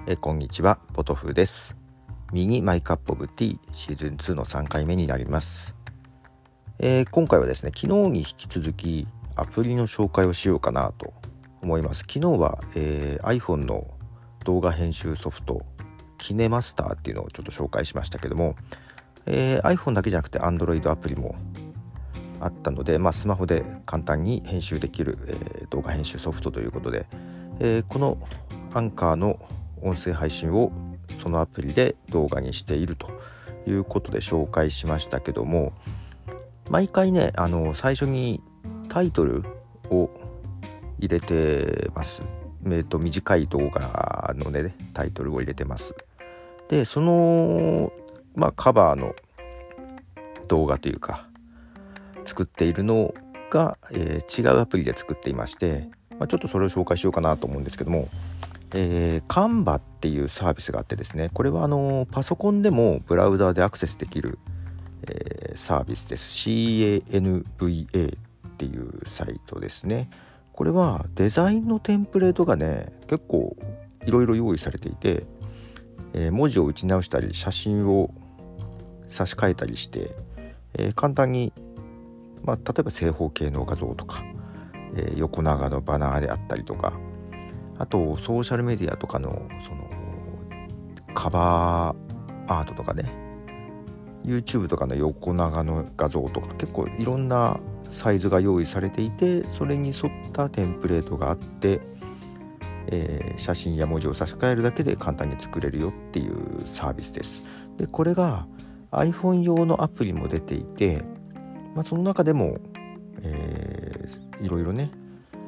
こんにちは、ポトフです。ミニマイカップオブティーシーズン2の3回目になります。今回はですね、昨日に引き続きアプリの紹介をしようかなと思います。昨日は、iPhone の動画編集ソフトキネマスターっていうのをちょっと紹介しましたけども、iPhone だけじゃなくて Android アプリもあったので、スマホで簡単に編集できる、動画編集ソフトということで、このアンカーの音声配信をそのアプリで動画にしているということで紹介しましたけども、毎回ね最初にタイトルを入れてます。短い動画のねタイトルを入れてます。でそのカバーの動画というか作っているのが、違うアプリで作っていまして、ちょっとそれを紹介しようかなと思うんですけども、カンバっていうサービスがあってですね、これはパソコンでもブラウザーでアクセスできる、サービスです。 CANVA っていうサイトですね。これはデザインのテンプレートがね結構いろいろ用意されていて、文字を打ち直したり写真を差し替えたりして、簡単に、例えば正方形の画像とか、横長のバナーであったりとか、あとソーシャルメディアとかのそのカバーアートとかね、 YouTube とかの横長の画像とか結構いろんなサイズが用意されていて、それに沿ったテンプレートがあって、写真や文字を差し替えるだけで簡単に作れるよっていうサービスです。でこれが iPhone 用のアプリも出ていて、その中でも、いろいろね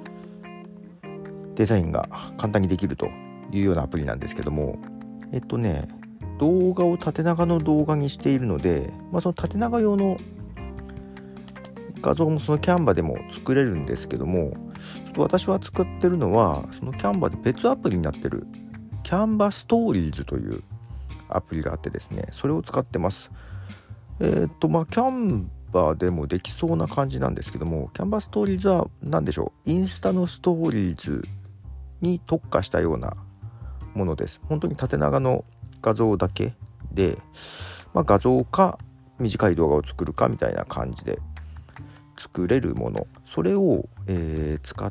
デザインが簡単にできるというようなアプリなんですけども、動画を縦長の動画にしているので、その縦長用の画像もそのキャンバでも作れるんですけども、ちょっと私は使ってるのはそのキャンバで別アプリになってるキャンバストーリーズというアプリがあってですね、それを使ってます。キャンバでもできそうな感じなんですけども、キャンバストーリーズは何でしょう、インスタのストーリーズに特化したようなものです。本当に縦長の画像だけで、画像か短い動画を作るかみたいな感じで作れるもの、それを、使って、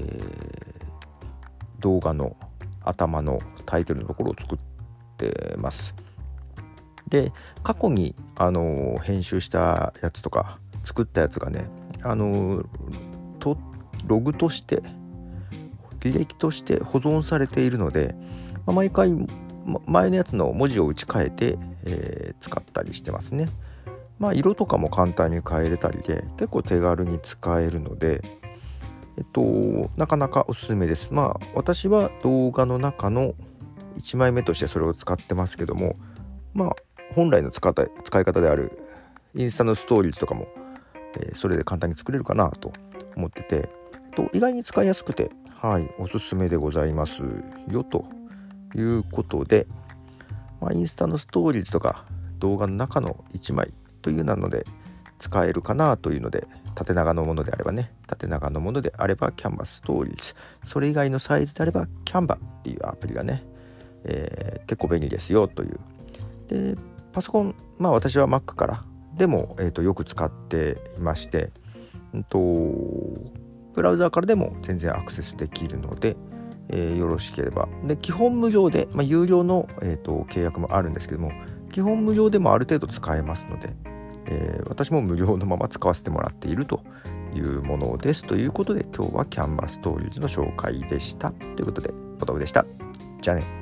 動画の頭のタイトルのところを作ってます。で過去に編集したやつとか作ったやつがねログとして履歴として保存されているので、毎回前のやつの文字を打ち替えて、使ったりしてますね。色とかも簡単に変えれたりで結構手軽に使えるので、なかなかおすすめです。私は動画の中の1枚目としてそれを使ってますけども、本来の使い方であるインスタのストーリーズとかも、それで簡単に作れるかなと思ってて、意外に使いやすくておすすめでございますよということで、インスタのストーリーズとか動画の中の1枚というなので使えるかなというので、縦長のものであればキャンバスストーリーズ、それ以外のサイズであればキャンバっていうアプリがね、結構便利ですよという。でパソコン、私は Mac からでも、よく使っていまして、ブラウザーからでも全然アクセスできるので、よろしければ。で基本無料で、有料の、契約もあるんですけども、基本無料でもある程度使えますので、私も無料のまま使わせてもらっているというものです。ということで今日はキャンバストーリーズの紹介でした。ということでポトフでした。じゃあね。